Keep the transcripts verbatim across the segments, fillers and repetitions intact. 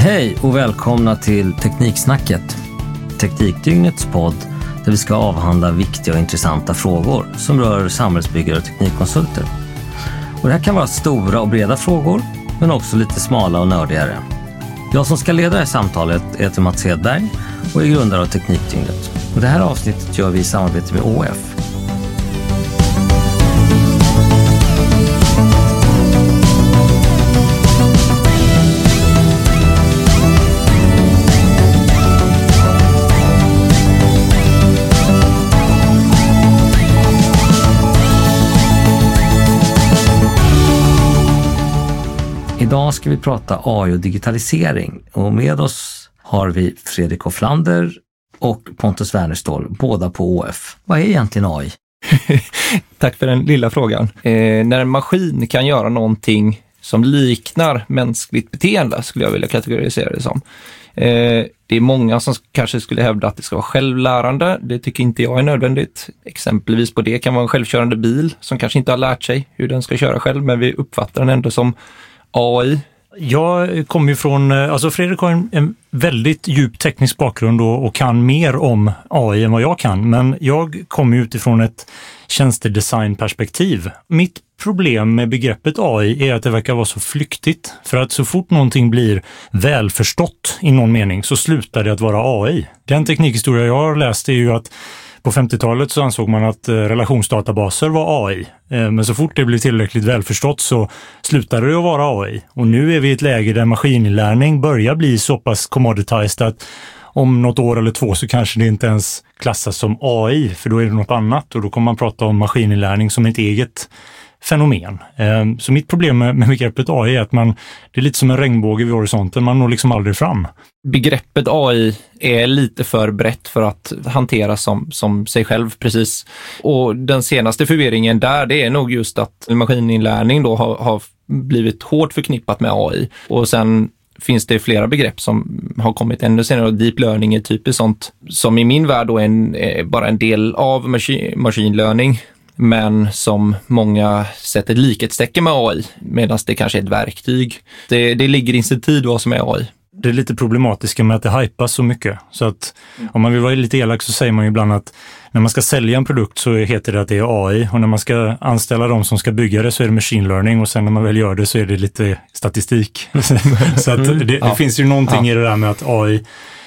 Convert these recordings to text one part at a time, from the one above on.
Hej och välkomna till Tekniksnacket, Teknikdygnets podd där vi ska avhandla viktiga och intressanta frågor som rör samhällsbyggare och teknikkonsulter. Och det här kan vara stora och breda frågor, men också lite smala och nördigare. Jag som ska leda det här samtalet heter Mats Hedberg och är grundare av Teknikdygnet. Och det här avsnittet gör vi i samarbete med O F. Idag ska vi prata A I och digitalisering och med oss har vi Fredrik Hofflander och Pontus Wernerståhl, båda på O F. Vad är egentligen A I? Tack för den lilla frågan. Eh, när en maskin kan göra någonting som liknar mänskligt beteende skulle jag vilja kategorisera det som. Eh, det är många som kanske skulle hävda att det ska vara självlärande. Det tycker inte jag är nödvändigt. Exempelvis på det kan vara en självkörande bil som kanske inte har lärt sig hur den ska köra själv, men vi uppfattar den ändå som A I. Jag kommer ju från, alltså Fredrik har en, en väldigt djup teknisk bakgrund och, och kan mer om A I än vad jag kan, men jag kommer utifrån ett tjänstedesignperspektiv. Mitt problem med begreppet A I är att det verkar vara så flyktigt, för att så fort någonting blir välförstått i någon mening så slutar det att vara A I. Den teknikhistoria jag har läst är ju att på femtiotalet så ansåg man att relationsdatabaser var A I. Men så fort det blev tillräckligt välförstått så slutade det att vara A I. Och nu är vi i ett läge där maskininlärning börjar bli så pass commoditized att om något år eller två så kanske det inte ens klassas som A I, för då är det något annat. Och då kommer man prata om maskininlärning som ett eget fenomen. Så mitt problem med begreppet A I är att man, det är lite som en regnbåge vid horisonten, man når liksom aldrig fram. Begreppet A I är lite för brett för att hantera som, som sig själv precis. Och den senaste förvirringen där, det är nog just att maskininlärning då har, har blivit hårt förknippat med A I. Och sen finns det flera begrepp som har kommit ännu senare, och deep learning är typiskt sånt som i min värld då är, en, är bara en del av maskin, maskinlärning. Men som många sätter likhetstecken med A I, medan det kanske är ett verktyg. Det, det ligger i sin tid vad som är A I. Det är lite problematiska med att det hypas så mycket. Så att om man vill vara lite elak så säger man ju ibland att när man ska sälja en produkt så heter det att det är A I. Och när man ska anställa de som ska bygga det så är det machine learning. Och sen när man väl gör det så är det lite statistik. Så att det, det ja. finns ju någonting ja. i det där med att A I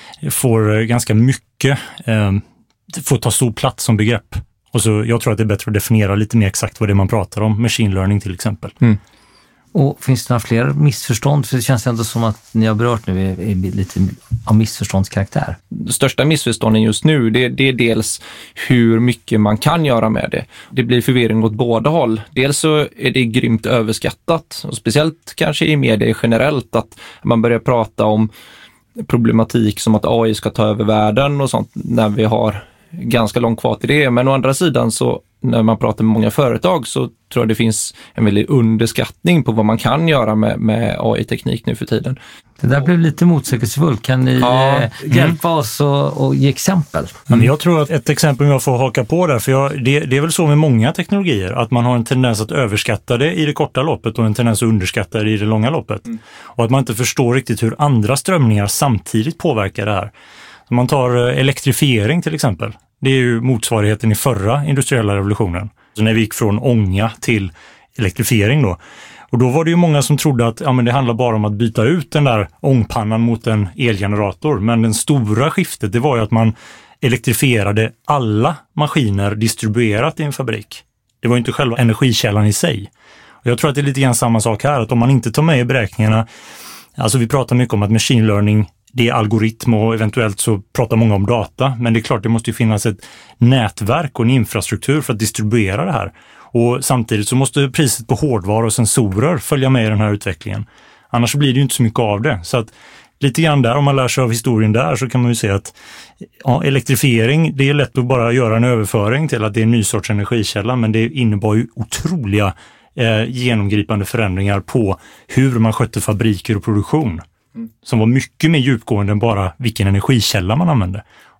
får ganska mycket, eh, får ta stor plats som begrepp. Och så jag tror att det är bättre att definiera lite mer exakt vad det är man pratar om. Machine learning till exempel. Mm. Och finns det några fler missförstånd? För det känns ändå som att ni har berört nu är, är lite av missförståndskaraktär. Det största missförstånden just nu det, det är dels hur mycket man kan göra med det. Det blir förvirring åt båda håll. Dels så är det grymt överskattat. Och speciellt kanske i media generellt att man börjar prata om problematik som att A I ska ta över världen och sånt när vi har ganska långt kvar till det. Men å andra sidan så när man pratar med många företag så tror jag det finns en väldigt underskattning på vad man kan göra med, med A I-teknik nu för tiden. Det där blev lite motsägelsefullt. Kan ni ja. eh, hjälpa mm. oss och, och ge exempel? Mm. Jag tror att ett exempel jag får haka på där, för jag, det, det är väl så med många teknologier att man har en tendens att överskatta det i det korta loppet och en tendens att underskatta det i det långa loppet. Mm. Och att man inte förstår riktigt hur andra strömningar samtidigt påverkar det här. Om man tar elektrifiering till exempel. Det är ju motsvarigheten i förra industriella revolutionen. Så när vi gick från ånga till elektrifiering då. Och då var det ju många som trodde att ja, men det handlar bara om att byta ut den där ångpannan mot en elgenerator. Men den stora skiftet det var ju att man elektrifierade alla maskiner distribuerat i en fabrik. Det var ju inte själva energikällan i sig. Och jag tror att det är lite grann samma sak här. Att om man inte tar med i beräkningarna. Alltså vi pratar mycket om att machine learning det är algoritm och eventuellt så pratar många om data. Men det är klart det måste ju finnas ett nätverk och en infrastruktur för att distribuera det här. Och samtidigt så måste priset på hårdvara och sensorer följa med i den här utvecklingen. Annars blir det ju inte så mycket av det. Så att lite grann där, om man lär sig av historien där så kan man ju se att ja, elektrifiering, det är lätt att bara göra en överföring till att det är en ny sorts energikälla. Men det innebar ju otroliga eh, genomgripande förändringar på hur man skötte fabriker och produktion. Som var mycket mer djupgående än bara vilken energikälla man använde. Och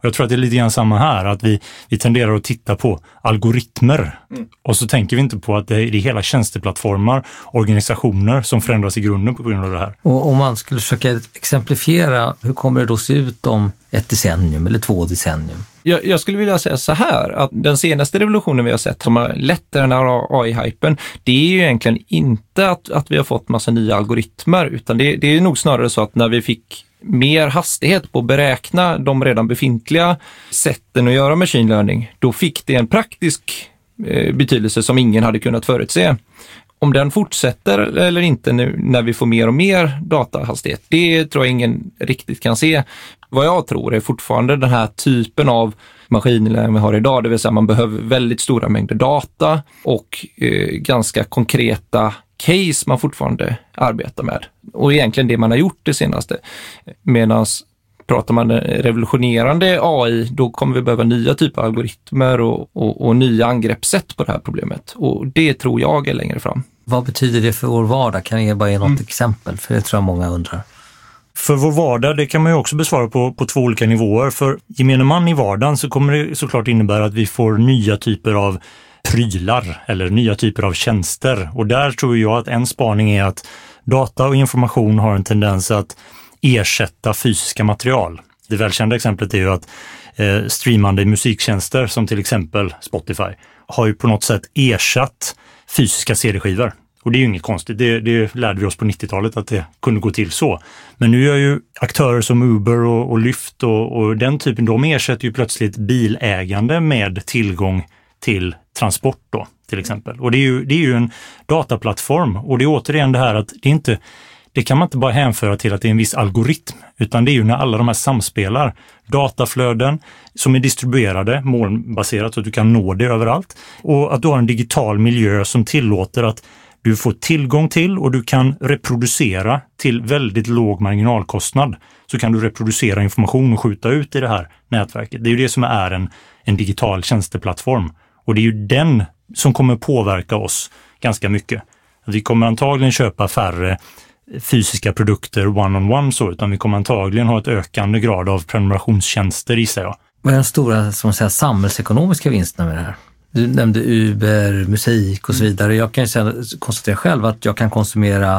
Jag tror att det är lite grann samma här, att vi, vi tenderar att titta på algoritmer mm. och så tänker vi inte på att det är, det är hela tjänsteplattformar, organisationer som förändras i grunden på grund av det här. Och om man skulle försöka exemplifiera, hur kommer det då se ut om ett decennium eller två decennium? Jag, jag skulle vilja säga så här, att den senaste revolutionen vi har sett som har lett den här A I-hypen, det är ju egentligen inte att, att vi har fått massa nya algoritmer, utan det, det är nog snarare så att när vi fick mer hastighet på att beräkna de redan befintliga sätten att göra machine learning, då fick det en praktisk eh, betydelse som ingen hade kunnat förutse. Om den fortsätter eller inte nu när vi får mer och mer datahastighet, det tror jag ingen riktigt kan se. Vad jag tror är fortfarande den här typen av maskininlärning vi har idag, det vill säga man behöver väldigt stora mängder data och eh, ganska konkreta case man fortfarande arbetar med. Och egentligen det man har gjort det senaste. Medan pratar man revolutionerande A I, då kommer vi behöva nya typer av algoritmer och, och, och nya angreppssätt på det här problemet. Och det tror jag är längre fram. Vad betyder det för vår vardag? Kan ni bara ge något mm. exempel? För det tror jag många undrar. För vår vardag, det kan man ju också besvara på, på två olika nivåer. För gemene man i vardagen så kommer det såklart innebära att vi får nya typer av prylar eller nya typer av tjänster. Och där tror jag att en spaning är att data och information har en tendens att ersätta fysiska material. Det välkända exemplet är ju att eh, streamande musiktjänster som till exempel Spotify har ju på något sätt ersatt fysiska C D-skivor. Och det är ju inget konstigt, det, det lärde vi oss på nittiotalet att det kunde gå till så. Men nu gör ju aktörer som Uber och, och Lyft och, och den typen, de ersätter ju plötsligt bilägande med tillgång till transport då, till exempel. Och det är ju, det är ju en dataplattform, och det är återigen det här att det inte, det kan man inte bara hänföra till att det är en viss algoritm, utan det är ju när alla de här samspelar. Dataflöden som är distribuerade, molnbaserat, så att du kan nå det överallt. Och att du har en digital miljö som tillåter att du får tillgång till och du kan reproducera till väldigt låg marginalkostnad. Så kan du reproducera information och skjuta ut i det här nätverket. Det är ju det som är en, en digital tjänsteplattform. Och det är ju den som kommer påverka oss ganska mycket. Vi kommer antagligen köpa färre fysiska produkter one-on-one så, utan vi kommer antagligen ha ett ökande grad av prenumerationstjänster, gissar jag. Vad är den stora, som säga, samhällsekonomiska vinsterna med det här? Du nämnde Uber, musik och så vidare. Jag kan ju konstatera själv att jag kan konsumera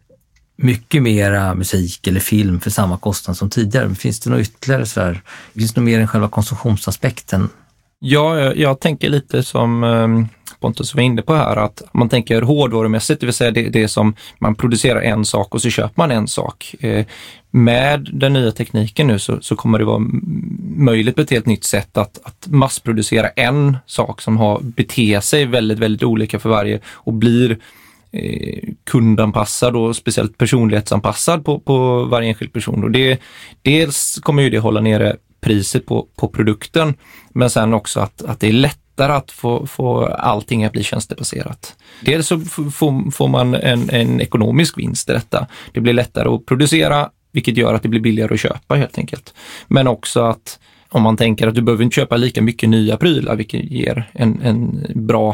mycket mera musik eller film för samma kostnad som tidigare. Men finns det något ytterligare så här? Finns det något mer än själva konsumtionsaspekten? Ja, jag, jag tänker lite som um, Pontus var inne på här, att man tänker hårdvarumässigt, det vill säga det, det som man producerar en sak och så köper man en sak. Eh, med den nya tekniken nu så, så kommer det vara möjligt på ett helt nytt sätt att, att massproducera en sak som har beter sig väldigt, väldigt olika för varje och blir eh, kundanpassad och speciellt personlighetsanpassad på, på varje enskild person. Och det, dels kommer ju det hålla nere priset på, på produkten, men sen också att, att det är lättare att få, få allting att bli tjänstebaserat. Dels så får, får man en, en ekonomisk vinst i detta. Det blir lättare att producera, vilket gör att det blir billigare att köpa helt enkelt. Men också att om man tänker att du behöver inte köpa lika mycket nya prylar, vilket ger en, en bra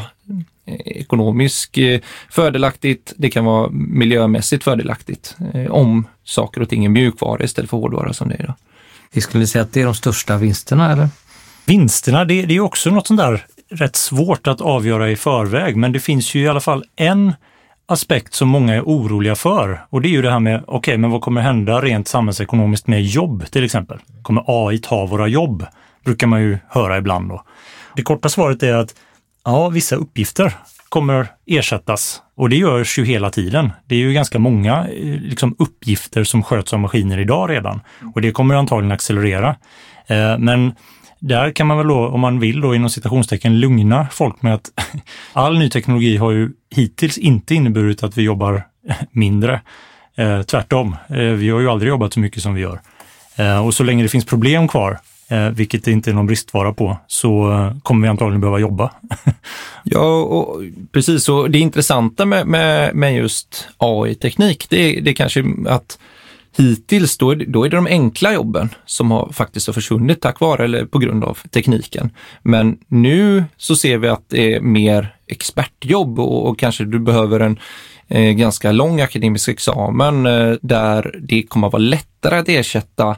ekonomisk fördelaktigt, det kan vara miljömässigt fördelaktigt om saker och ting är mjukvara istället för hårdvara som det är idag. Vi skulle säga att det är de största vinsterna, eller? Vinsterna, det, det är också något sånt där rätt svårt att avgöra i förväg, men det finns ju i alla fall en aspekt som många är oroliga för, och det är ju det här med, okej, okay, men vad kommer hända rent samhällsekonomiskt med jobb till exempel? Kommer A I ta våra jobb? Brukar man ju höra ibland då. Det korta svaret är att ja, vissa uppgifter kommer ersättas, och det görs ju hela tiden. Det är ju ganska många liksom, uppgifter som sköts av maskiner idag redan, och det kommer antagligen accelerera. Eh, men där kan man väl då, om man vill då inom citationstecken, lugna folk med att all ny teknologi har ju hittills inte inneburit att vi jobbar mindre. Eh, tvärtom, eh, vi har ju aldrig jobbat så mycket som vi gör. Eh, och så länge det finns problem kvar, eh, vilket det inte är någon bristvara på, så eh, kommer vi antagligen behöva jobba. Ja, och precis så. Det intressanta med, med, med just A I-teknik, det, det är kanske att hittills då är, det, då är det de enkla jobben som har faktiskt har försvunnit tack vare eller på grund av tekniken. Men nu så ser vi att det är mer expertjobb och, och kanske du behöver en eh, ganska lång akademisk examen eh, där det kommer att vara lättare att ersätta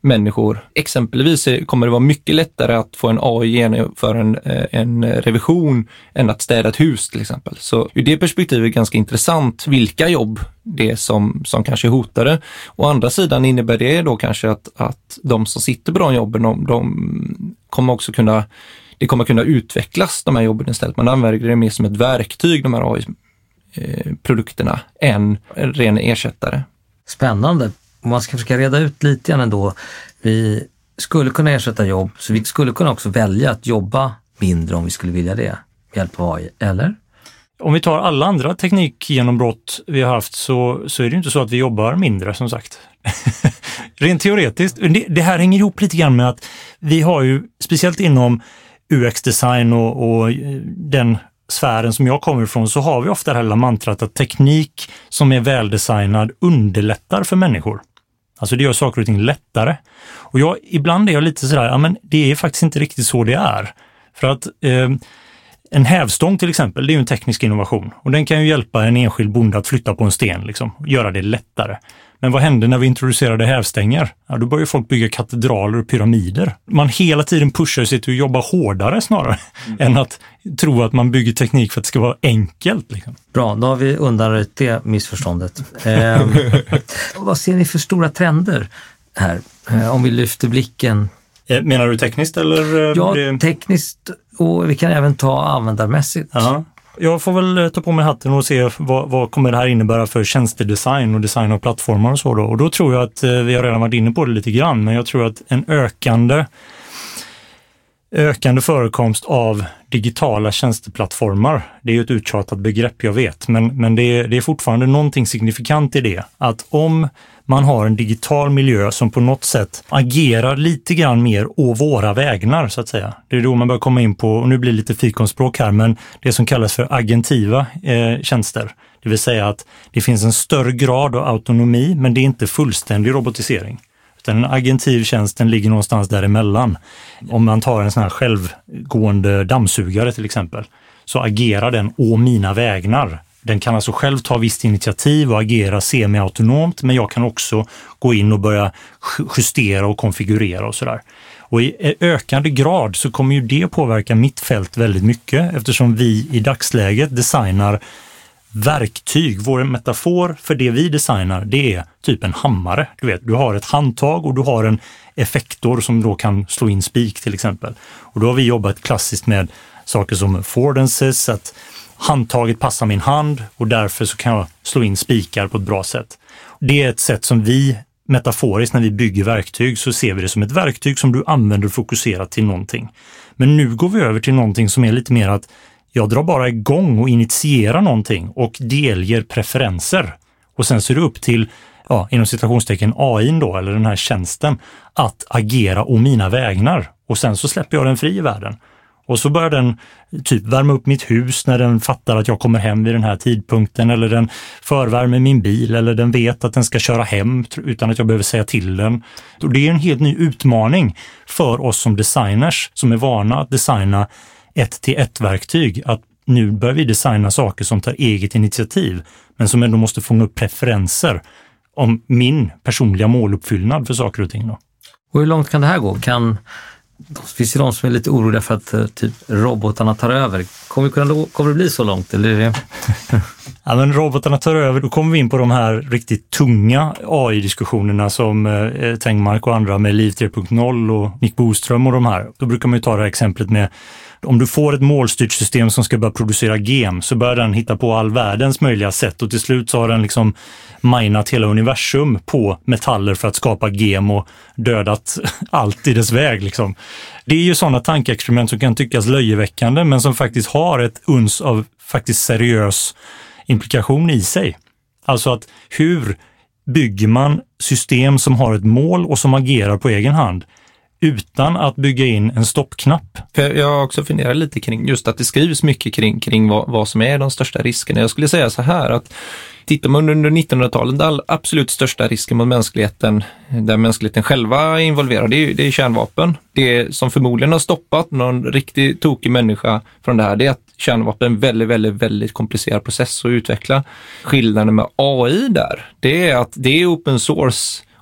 människor. Exempelvis kommer det vara mycket lättare att få en A I genomföra en, en revision än att städa ett hus till exempel. Så ur det perspektivet är det ganska intressant vilka jobb det är som, som kanske hotar det. Å andra sidan innebär det då kanske att, att de som sitter på de jobben, de, de kommer också kunna, det kommer kunna utvecklas de här jobben istället. Man använder det mer som ett verktyg, de här A I-produkterna, än en ren ersättare. Spännande. Om man ska försöka reda ut lite grann ändå. Vi skulle kunna ersätta jobb, så vi skulle kunna också välja att jobba mindre om vi skulle vilja det med hjälp av A I, eller? Om vi tar alla andra teknikgenombrott vi har haft så, så är det inte så att vi jobbar mindre, som sagt. Rent teoretiskt. Det, det här hänger ihop lite grann med att vi har ju, speciellt inom U X-design och, och den sfären som jag kommer ifrån, så har vi ofta det här mantrat att teknik som är väldesignad underlättar för människor. Alltså det gör saker och ting lättare. Och jag, ibland är jag lite sådär, ja men det är faktiskt inte riktigt så det är. För att eh, en hävstång till exempel, det är ju en teknisk innovation. Och den kan ju hjälpa en enskild bonde att flytta på en sten, liksom, och göra det lättare. Men vad hände när vi introducerade hävstängar? Ja, då börjar folk bygga katedraler och pyramider. Man hela tiden pushar sig till att jobba hårdare snarare mm. än att tro att man bygger teknik för att det ska vara enkelt. Liksom. Bra, då har vi undanröjt det missförståndet. Eh, vad ser ni för stora trender här? Eh, om vi lyfter blicken. Eh, menar du tekniskt eller? Ja, det... tekniskt, och vi kan även ta användarmässigt. Ja. Jag får väl ta på mig hatten och se vad, vad kommer det här innebära för tjänstedesign och design av plattformar och så då. Och då tror jag att vi har redan varit inne på det lite grann, men jag tror att en ökande ökande förekomst av digitala tjänsteplattformar, det är ju ett uttjatat begrepp jag vet, men, men det, är, det är fortfarande någonting signifikant i det. Att om man har en digital miljö som på något sätt agerar lite grann mer å våra vägnar så att säga. Det är då man börjar komma in på, och nu blir det lite fikonspråk här, men det som kallas för agentiva eh, tjänster. Det vill säga att det finns en större grad av autonomi, men det är inte fullständig robotisering. Den agentiv tjänsten ligger någonstans däremellan. Om man tar en sån här självgående dammsugare till exempel, så agerar den å mina vägnar. Den kan alltså själv ta visst initiativ och agera semi-autonomt, men jag kan också gå in och börja justera och konfigurera och sådär. Och i ökande grad så kommer ju det påverka mitt fält väldigt mycket, eftersom vi i dagsläget designar verktyg. Vår metafor för det vi designar, det är typ en hammare. Du vet, du har ett handtag och du har en effektor som då kan slå in spik till exempel. Och då har vi jobbat klassiskt med saker som affordances, att handtaget passar min hand och därför så kan jag slå in spikar på ett bra sätt. Det är ett sätt som vi metaforiskt, när vi bygger verktyg, så ser vi det som ett verktyg som du använder och fokuserar till någonting. Men nu går vi över till någonting som är lite mer att jag drar bara igång och initierar någonting och delger preferenser. Och sen så är det upp till, ja, inom citationstecken A I då, eller den här tjänsten, att agera å mina vägnar. Och sen så släpper jag den fri i världen. Och så börjar den typ värma upp mitt hus när den fattar att jag kommer hem vid den här tidpunkten, eller den förvärmer min bil, eller den vet att den ska köra hem utan att jag behöver säga till den. Och det är en helt ny utmaning för oss som designers som är vana att designa ett till ett verktyg, att nu börjar vi designa saker som tar eget initiativ, men som ändå måste fånga upp preferenser om min personliga måluppfyllnad för saker och ting då. Och hur långt kan det här gå? Kan, det finns ju de som är lite oroliga för att typ robotarna tar över. Kommer, kunna, kommer det bli så långt? Eller är det... Ja, men robotarna tar över, då kommer vi in på de här riktigt tunga A I-diskussionerna som eh, Tengmark och andra med Liv tre punkt noll och Nick Boström och de här. Då brukar man ju ta det här exemplet med, om du får ett målstyrt system som ska börja producera gem, så börjar den hitta på all världens möjliga sätt och till slut så har den liksom minat hela universum på metaller för att skapa gem och dödat allt i dess väg liksom. Det är ju sådana tankeexperiment som kan tyckas löjeväckande, men som faktiskt har ett uns av faktiskt seriös implikation i sig. Alltså att hur bygger man system som har ett mål och som agerar på egen hand utan att bygga in en stoppknapp? För jag har också funderat lite kring just att det skrivs mycket kring, kring vad, vad som är de största riskerna. Jag skulle säga så här att tittar man under nittonhundratalet, den absolut största risken mot mänskligheten, där mänskligheten själva är involverad, det är, det är kärnvapen. Det som förmodligen har stoppat någon riktigt tokig människa från det här, det är att kärnvapen är en väldigt, väldigt, väldigt komplicerad process att utveckla. Skillnaden med A I där, det är att det är open source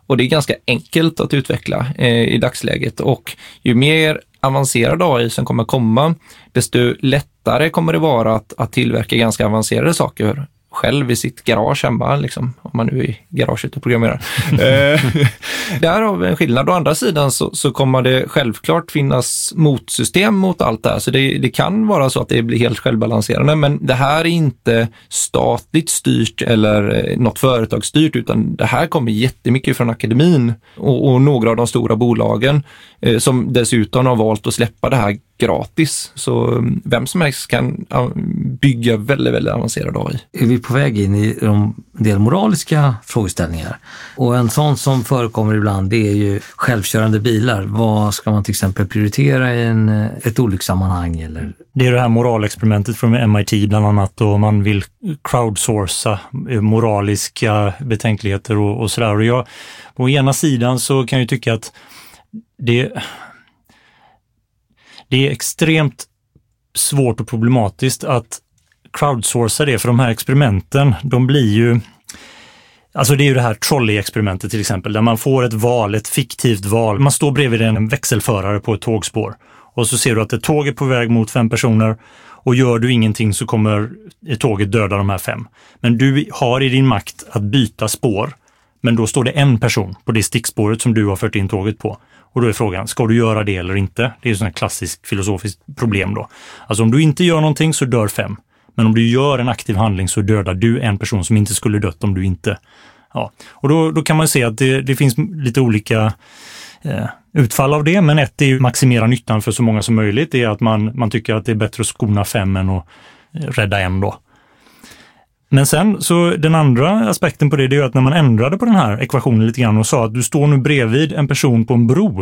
Och det är ganska enkelt att utveckla eh, i dagsläget. Och ju mer avancerad A I som kommer komma, desto lättare kommer det vara att, att tillverka ganska avancerade saker själv i sitt garage hemma, liksom, om man nu är i garaget och programmerar. eh, där har vi en skillnad. Å andra sidan så, så kommer det självklart finnas motsystem mot allt det här. Så det, det kan vara så att det blir helt självbalanserande, men det här är inte statligt styrt eller något företagsstyrt, utan det här kommer jättemycket från akademin och, och några av de stora bolagen eh, som dessutom har valt att släppa det här gratis. Så vem som helst kan bygga väldigt, väldigt avancerad A I. Är vi på väg in i en del moraliska frågeställningar? Och en sån som förekommer ibland, det är ju självkörande bilar. Vad ska man till exempel prioritera i en, ett olyckssammanhang? Eller? Det är det här moralexperimentet från M I T bland annat, och man vill crowdsourca moraliska betänkligheter och, och sådär. Och jag, på ena sidan så kan jag tycka att det Det är extremt svårt och problematiskt att crowdsourca det, för de här experimenten, de blir ju, alltså det är ju det här trolley-experimentet till exempel, där man får ett val, ett fiktivt val. Man står bredvid en växelförare på ett tågspår och så ser du att ett tåg är på väg mot fem personer, och gör du ingenting så kommer tåget döda de här fem. Men du har i din makt att byta spår, men då står det en person på det stickspåret som du har fört in tåget på. Och då är frågan, ska du göra det eller inte? Det är ett sånt här klassiskt filosofiskt problem då. Alltså om du inte gör någonting så dör fem. Men om du gör en aktiv handling så dödar du en person som inte skulle dött om du inte. Ja. Och då, då kan man se att det, det finns lite olika eh, utfall av det. Men ett är ju maximera nyttan för så många som möjligt. Det är att man, man tycker att det är bättre att skona fem än att rädda en då. Men sen så den andra aspekten på det, det är att när man ändrade på den här ekvationen lite grann och sa att du står nu bredvid en person på en bro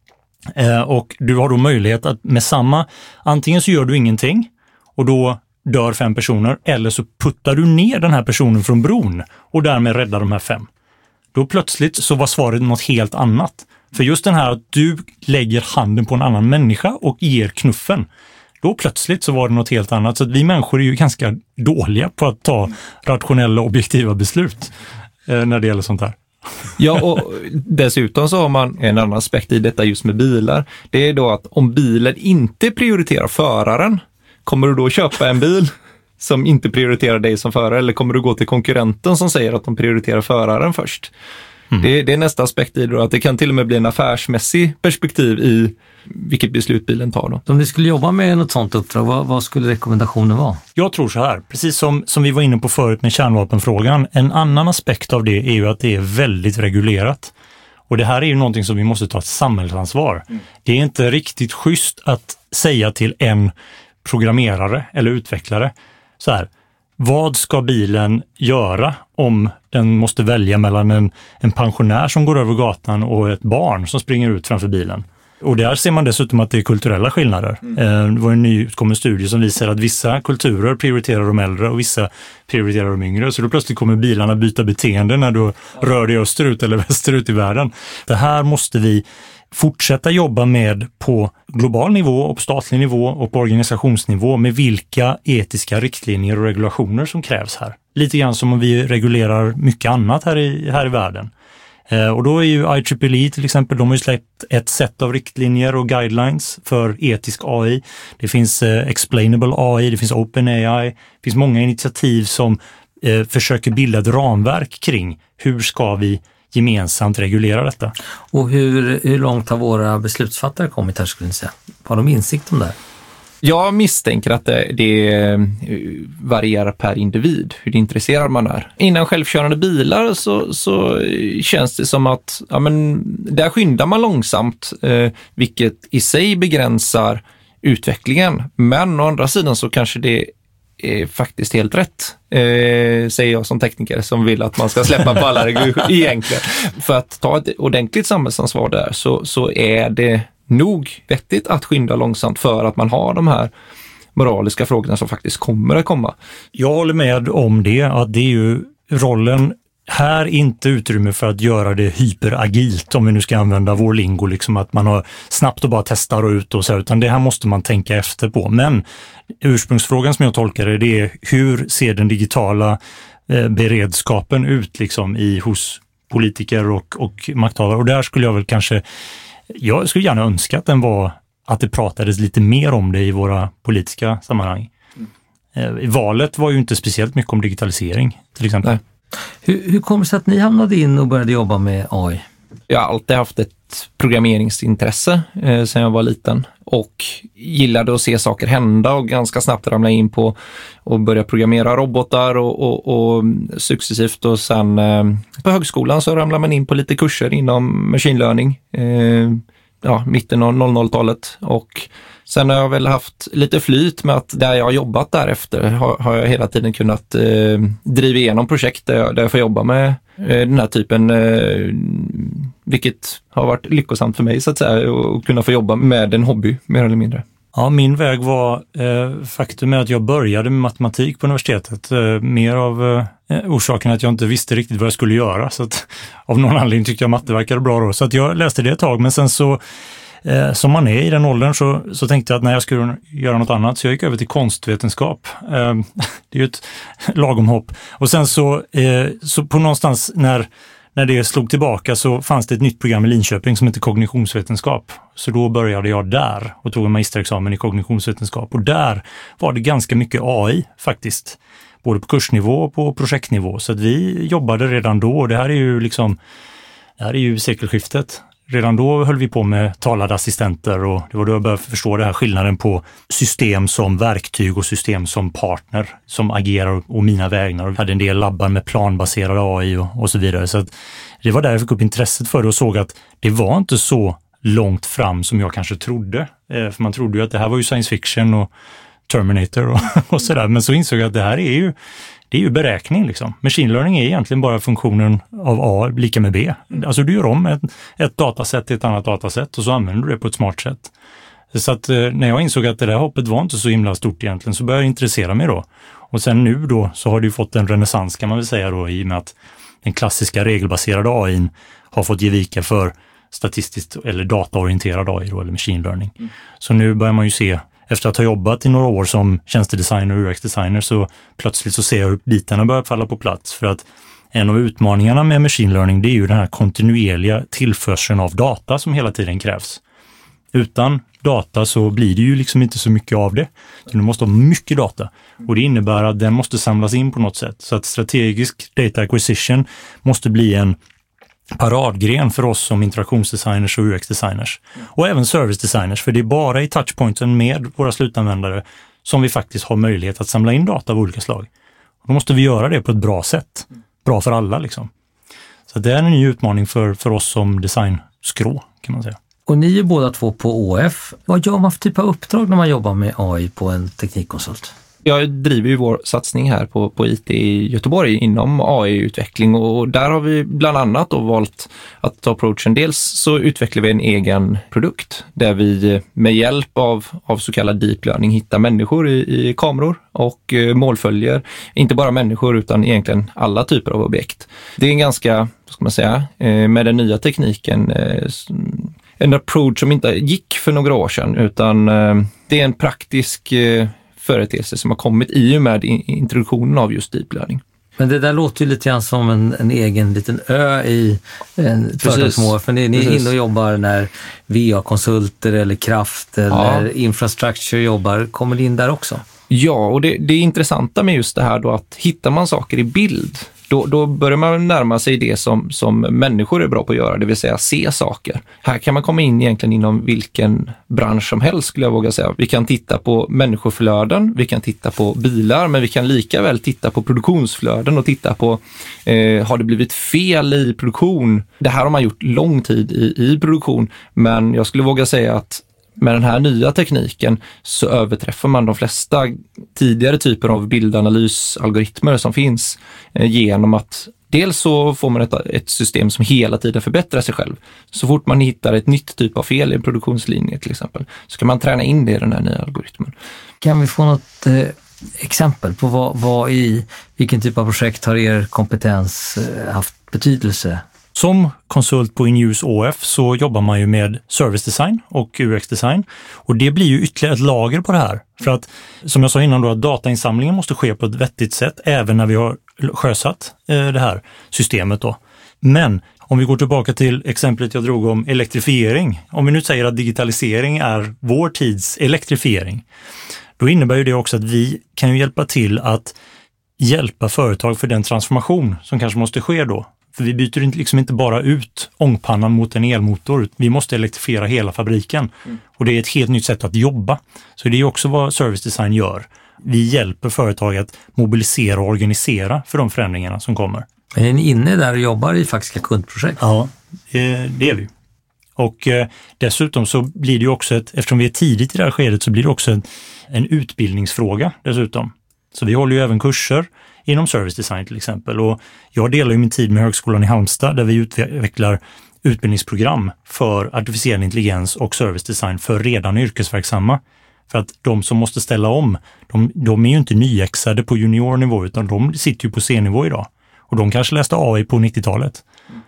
eh, och du har då möjlighet att med samma, antingen så gör du ingenting och då dör fem personer, eller så puttar du ner den här personen från bron och därmed räddar de här fem. Då plötsligt så var svaret något helt annat. För just den här att du lägger handen på en annan människa och ger knuffen, då plötsligt så var det något helt annat. Så att vi människor är ju ganska dåliga på att ta rationella, objektiva beslut eh, när det gäller sånt här. Ja, och dessutom så har man en annan aspekt i detta just med bilar. Det är då att om bilen inte prioriterar föraren, kommer du då köpa en bil som inte prioriterar dig som förare, eller kommer du gå till konkurrenten som säger att de prioriterar föraren först? Mm. Det, det är nästa aspekt i det, att det kan till och med bli en affärsmässig perspektiv i vilket beslut bilen tar då. Om ni skulle jobba med något sånt uppdrag, vad, vad skulle rekommendationen vara? Jag tror så här, precis som, som vi var inne på förut med kärnvapenfrågan, en annan aspekt av det är ju att det är väldigt reglerat. Och det här är ju någonting som vi måste ta ett samhällsansvar. Mm. Det är inte riktigt schysst att säga till en programmerare eller utvecklare så här: vad ska bilen göra om den måste välja mellan en, en pensionär som går över gatan och ett barn som springer ut framför bilen? Och där ser man dessutom att det är kulturella skillnader. Mm. Det var en nyutkommen studie som visar att vissa kulturer prioriterar de äldre och vissa prioriterar de yngre. Så då plötsligt kommer bilarna byta beteende när du rör dig österut eller västerut i världen. Det här måste vi fortsätta jobba med på global nivå och på statlig nivå och på organisationsnivå, med vilka etiska riktlinjer och regulationer som krävs här. Lite grann som om vi reglerar mycket annat här i, här i världen. Eh, och då är ju I triple E till exempel, de har ju släppt ett sätt av riktlinjer och guidelines för etisk A I. Det finns eh, explainable A I, det finns OpenAI, det finns många initiativ som eh, försöker bilda ett ramverk kring hur ska vi gemensamt reglera detta. Och hur, hur långt har våra beslutsfattare kommit här, skulle ni säga? Har de insikt om det här? Jag misstänker att det, det varierar per individ, hur intresserad man är. Innan självkörande bilar så, så känns det som att ja, men, där skyndar man långsamt, eh, vilket i sig begränsar utvecklingen. Men å andra sidan så kanske det är faktiskt helt rätt, eh, säger jag som tekniker som vill att man ska släppa på alla regler egentligen. För att ta ett ordentligt samhällsansvar där så, så är det nog vettigt att skynda långsamt, för att man har de här moraliska frågorna som faktiskt kommer att komma. Jag håller med om det, att det är ju rollen här, inte utrymme för att göra det hyperagilt, om vi nu ska använda vår lingo, liksom att man har snabbt och bara testar och ut och så, utan det här måste man tänka efter på. Men ursprungsfrågan som jag tolkar det, det är hur ser den digitala eh, beredskapen ut liksom i, hos politiker och, och makthavare. Och där skulle jag väl kanske, jag skulle gärna önska att den var, att det pratades lite mer om det i våra politiska sammanhang. Mm. Eh, valet var ju inte speciellt mycket om digitalisering till exempel. Nej. Hur, hur kommer det sig att ni hamnade in och började jobba med A I? Jag har alltid haft ett programmeringsintresse eh, sedan jag var liten och gillade att se saker hända och ganska snabbt ramla in på och börja programmera robotar och, och, och successivt och sen eh, på högskolan så ramlar man in på lite kurser inom machine learning eh, ja, mitten av noll noll-talet och sen har jag väl haft lite flyt med att där jag har jobbat därefter har, har jag hela tiden kunnat eh, driva igenom projekt där jag, där jag får jobba med eh, den här typen, eh, vilket har varit lyckosamt för mig så att säga, och kunna få jobba med en hobby mer eller mindre. Ja, min väg var eh, faktum är att jag började med matematik på universitetet. Eh, mer av eh, orsaken att jag inte visste riktigt vad jag skulle göra. Så att, av någon anledning tyckte jag matte verkade bra då. Så att jag läste det ett tag, men sen så Eh, som man är i den åldern så, så tänkte jag att när jag skulle göra något annat så jag gick över till konstvetenskap. Eh, det är ju ett lagom hopp. Och sen så, eh, så på någonstans när, när det slog tillbaka så fanns det ett nytt program i Linköping som heter kognitionsvetenskap. Så då började jag där och tog en magisterexamen i kognitionsvetenskap. Och där var det ganska mycket A I faktiskt. Både på kursnivå och på projektnivå. Så att vi jobbade redan då. Det här är ju liksom, det här är ju sekelskiftet. Redan då höll vi på med talade assistenter och det var då jag började förstå det här skillnaden på system som verktyg och system som partner som agerar och mina vägnar. Vi hade en del labbar med planbaserad A I och, och så vidare. Så att det var där jag fick upp intresset för det och såg att det var inte så långt fram som jag kanske trodde. Eh, för man trodde ju att det här var ju science fiction och Terminator och, och sådär. Men så insåg jag att det här är ju Det är ju beräkning liksom. Machine learning är egentligen bara funktionen av A lika med B. Alltså du gör om ett, ett dataset till ett annat dataset och så använder du det på ett smart sätt. Så att eh, när jag insåg att det där hoppet var inte så himla stort egentligen så började jag intressera mig då. Och sen nu då så har det ju fått en renässans kan man väl säga då i och med att den klassiska regelbaserade A I:n har fått ge vika för statistiskt eller dataorienterad A I då, eller machine learning. Mm. Så nu börjar man ju se efter att ha jobbat i några år som tjänstedesigner och U X-designer så plötsligt så ser jag hur bitarna börjar falla på plats. För att en av utmaningarna med machine learning det är ju den här kontinuerliga tillförseln av data som hela tiden krävs. Utan data så blir det ju liksom inte så mycket av det. Så du måste ha mycket data och det innebär att den måste samlas in på något sätt. Så att strategisk data acquisition måste bli en paradgren för oss som interaktionsdesigners och U X-designers. Och även service-designers, för det är bara i touchpointen med våra slutanvändare som vi faktiskt har möjlighet att samla in data av olika slag. Och då måste vi göra det på ett bra sätt. Bra för alla liksom. Så det är en ny utmaning för, för oss som designskrå kan man säga. Och ni är båda två på Å F. Vad gör man för typ av uppdrag när man jobbar med A I på en teknikkonsult? Jag driver ju vår satsning här på, på I T i Göteborg inom A I-utveckling och där har vi bland annat då valt att ta approachen. Dels så utvecklar vi en egen produkt där vi med hjälp av, av så kallad deep learning hittar människor i, i kameror och eh, målföljer inte bara människor utan egentligen alla typer av objekt. Det är en ganska, vad ska man säga, eh, med den nya tekniken eh, en approach som inte gick för några år sedan utan eh, det är en praktisk eh, företeelse som har kommit i och med introduktionen av just deep learning. Men det där låter ju lite grann som en, en egen liten ö i en företagsmål. För ni, ni är inne och jobbar när V A-konsulter eller kraft eller ja. infrastructure jobbar. Kommer det in där också? Ja, och det, det intressanta med just det här då att hittar man saker i bild Då, då börjar man närma sig det som, som människor är bra på att göra, det vill säga se saker. Här kan man komma in egentligen inom vilken bransch som helst skulle jag våga säga. Vi kan titta på människoflöden, vi kan titta på bilar, men vi kan lika väl titta på produktionsflöden och titta på, eh, har det blivit fel i produktion? Det här har man gjort lång tid i, i produktion, men jag skulle våga säga att med den här nya tekniken så överträffar man de flesta tidigare typer av bildanalysalgoritmer som finns eh, genom att dels så får man ett, ett system som hela tiden förbättrar sig själv. Så fort man hittar ett nytt typ av fel i en produktionslinje till exempel så kan man träna in det i den här nya algoritmen. Kan vi få något eh, exempel på vad, vad i vilken typ av projekt har er kompetens eh, haft betydelse? Som konsult på Inuse Å F så jobbar man ju med service design och U X-design. Och det blir ju ytterligare ett lager på det här. För att, som jag sa innan då, att datainsamlingen måste ske på ett vettigt sätt även när vi har sjösatt eh, det här systemet då. Men om vi går tillbaka till exemplet jag drog om elektrifiering. Om vi nu säger att digitalisering är vår tids elektrifiering, då innebär ju det också att vi kan ju hjälpa till att hjälpa företag för den transformation som kanske måste ske då. För vi byter liksom inte bara ut ångpannan mot en elmotor. Vi måste elektrifiera hela fabriken. Mm. Och det är ett helt nytt sätt att jobba. Så det är också vad service design gör. Vi hjälper företag att mobilisera och organisera för de förändringarna som kommer. Men är ni inne där och jobbar i faktiska kundprojekt? Ja, det är vi. Och eh, dessutom så blir det ju också ett, eftersom vi är tidigt i det här skedet så blir det också en, en utbildningsfråga dessutom. Så vi håller ju även kurser inom service design till exempel. Och jag delar ju min tid med Högskolan i Halmstad där vi utvecklar utbildningsprogram för artificiell intelligens och service design för redan yrkesverksamma. För att de som måste ställa om, de, de är ju inte nyexade på juniornivå utan de sitter ju på C-nivå idag. Och de kanske läste A I på nittiotalet. Mm.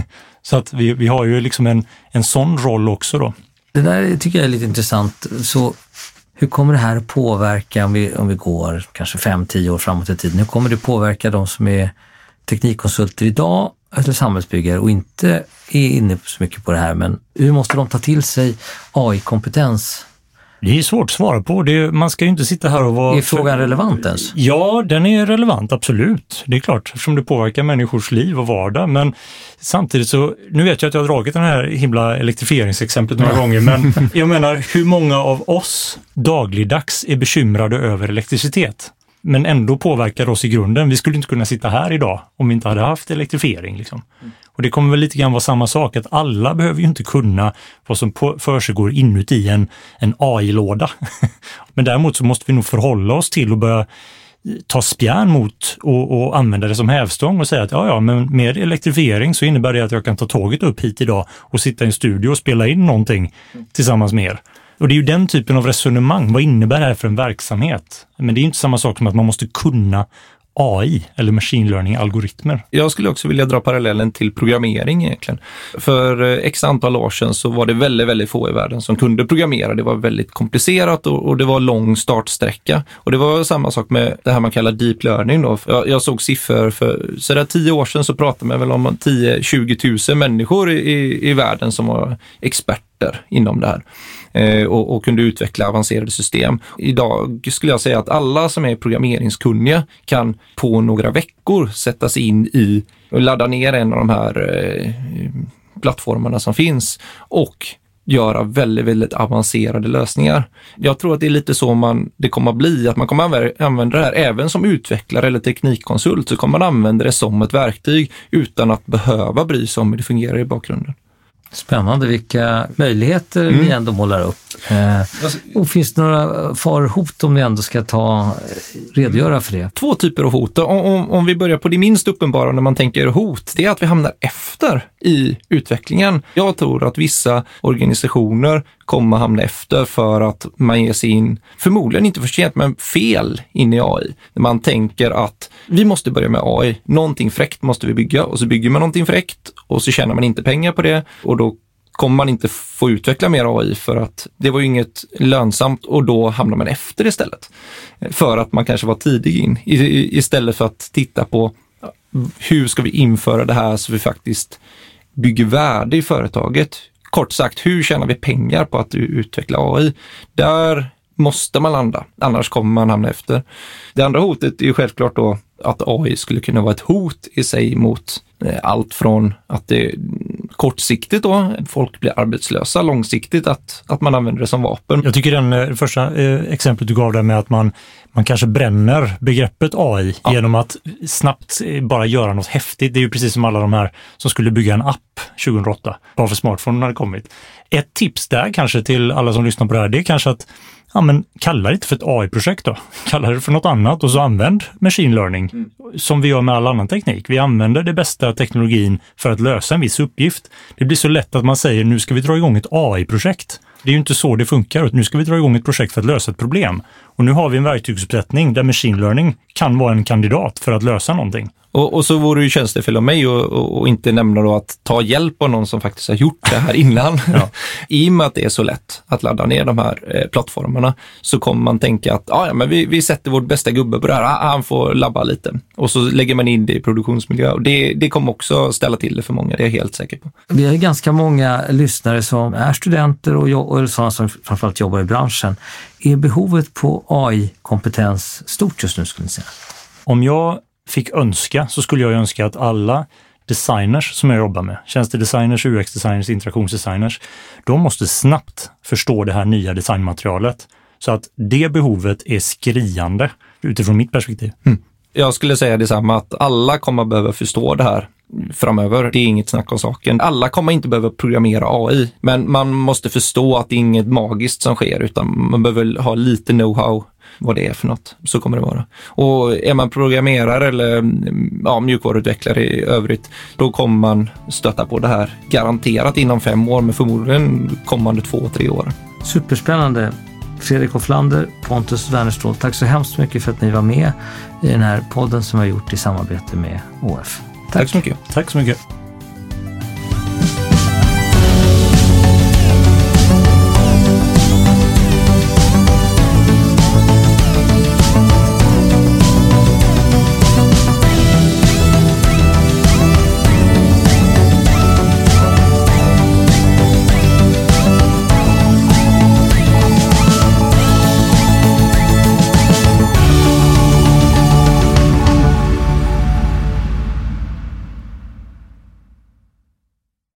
Så att vi, vi har ju liksom en, en sån roll också då. Det där tycker jag är lite intressant. Så hur kommer det här påverka om vi, om vi går kanske fem tio år framåt i tiden? Hur kommer det påverka de som är teknikkonsulter idag eller samhällsbyggare och inte är inne så mycket på det här? Men hur måste de ta till sig A I-kompetens? Det är svårt att svara på. Det, man ska ju inte sitta här och vara... Är frågan relevant ens? Ja, den är relevant, absolut. Det är klart, eftersom det påverkar människors liv och vardag. Men samtidigt så, nu vet jag att jag har dragit den här himla elektrifieringsexemplet några ja. gånger. Men jag menar, hur många av oss dagligdags är bekymrade över elektricitet? Men ändå påverkar oss i grunden. Vi skulle inte kunna sitta här idag om vi inte hade haft elektrifiering. Liksom. Mm. Och det kommer väl lite grann vara samma sak, att alla behöver ju inte kunna vad som försiggår inuti en, en A I-låda. Men däremot så måste vi nog förhålla oss till och börja ta spjärn mot och, och använda det som hävstång och säga att ja, ja, men med elektrifiering så innebär det att jag kan ta tåget upp hit idag och sitta i en studio och spela in någonting mm. tillsammans med er. Och det är ju den typen av resonemang. Vad innebär det här för en verksamhet? Men det är inte samma sak som att man måste kunna A I eller machine learning-algoritmer. Jag skulle också vilja dra parallellen till programmering egentligen. För x antal år sedan så var det väldigt, väldigt få i världen som kunde programmera. Det var väldigt komplicerat och, och det var lång startsträcka. Och det var samma sak med det här man kallar deep learning då. Jag, jag såg siffror för så där tio år sedan så pratade man väl om tio till tjugo tusen människor i, i, i världen som var experter inom det här. Och, och kunde utveckla avancerade system. Idag skulle jag säga att alla som är programmeringskunniga kan på några veckor sätta sig in i och ladda ner en av de här eh, plattformarna som finns och göra väldigt, väldigt avancerade lösningar. Jag tror att det är lite så man, det kommer att bli, att man kommer att använda det här även som utvecklare eller teknikkonsult, så kommer man använda det som ett verktyg utan att behöva bry sig om hur det fungerar i bakgrunden. Spännande, vilka möjligheter mm. ni ändå målar upp. Eh, och finns det några farhot om ni ändå ska ta redogöra för det? Två typer av hot. Om, om, om vi börjar på det minst uppenbara när man tänker hot, det är att vi hamnar efter i utvecklingen. Jag tror att vissa organisationer kommer hamna efter för att man ger sig in, förmodligen inte för sent, men fel in i A I. När man tänker att vi måste börja med A I, någonting fräckt måste vi bygga, och så bygger man någonting fräckt och så tjänar man inte pengar på det och då kommer man inte få utveckla mer A I för att det var ju inget lönsamt, och då hamnar man efter istället. För att man kanske var tidig in istället för att titta på hur ska vi införa det här så vi faktiskt bygger värde i företaget. Kort sagt, hur tjänar vi pengar på att utveckla A I? Där måste man landa, annars kommer man hamna efter. Det andra hotet är ju självklart då att A I skulle kunna vara ett hot i sig mot allt från att det kortsiktigt då, folk blir arbetslösa, långsiktigt att, att man använder det som vapen. Jag tycker den första eh, exemplet du gav där med att man, man kanske bränner begreppet A I ja. genom att snabbt bara göra något häftigt. Det är ju precis som alla de här som skulle bygga en app tjugohundraåtta, bara för smartphone hade kommit. Ett tips där kanske till alla som lyssnar på det här, det är kanske att ja, men kalla det inte för ett A I-projekt då. Kalla det för något annat och så använd machine learning mm. som vi gör med all annan teknik. Vi använder det bästa teknologin för att lösa en viss uppgift. Det blir så lätt att man säger nu ska vi dra igång ett A I-projekt. Det är ju inte så det funkar. Nu ska vi dra igång ett projekt för att lösa ett problem. Och nu har vi en verktygsuppsättning där machine learning kan vara en kandidat för att lösa någonting. Och, och så vore det ju tjänstefel av mig och, och, och inte nämna då att ta hjälp av någon som faktiskt har gjort det här innan. Ja. I och med att det är så lätt att ladda ner de här eh, plattformarna så kommer man tänka att ah, ja, men vi, vi sätter vårt bästa gubbe på det här, ah, han får labba lite. Och så lägger man in det i produktionsmiljö. Och det, det kommer också ställa till det för många, det är jag helt säker på. Vi har ju ganska många lyssnare som är studenter och, jobb, och sådana som framförallt jobbar i branschen. Är behovet på A I-kompetens stort just nu, skulle ni säga? Om jag fick önska så skulle jag önska att alla designers som jag jobbar med, tjänstedesigners, U X-designers, interaktionsdesigners, de måste snabbt förstå det här nya designmaterialet så att det behovet är skriande utifrån mitt perspektiv. Mm. Jag skulle säga detsamma, att alla kommer behöva förstå det här framöver. Det är inget snack om saken. Alla kommer inte behöva programmera A I, men man måste förstå att det är inget magiskt som sker, utan man behöver ha lite know-how vad det är för något. Så kommer det vara. Och är man programmerare eller ja, mjukvaruutvecklare i övrigt, då kommer man stöta på det här garanterat inom fem år, men förmodligen kommande två, tre år. Superspännande. Fredrik Hofflander, Pontus Wernerståhl, tack så hemskt mycket för att ni var med i den här podden som vi har gjort i samarbete med O F. Tack, tack så mycket. Tack så mycket.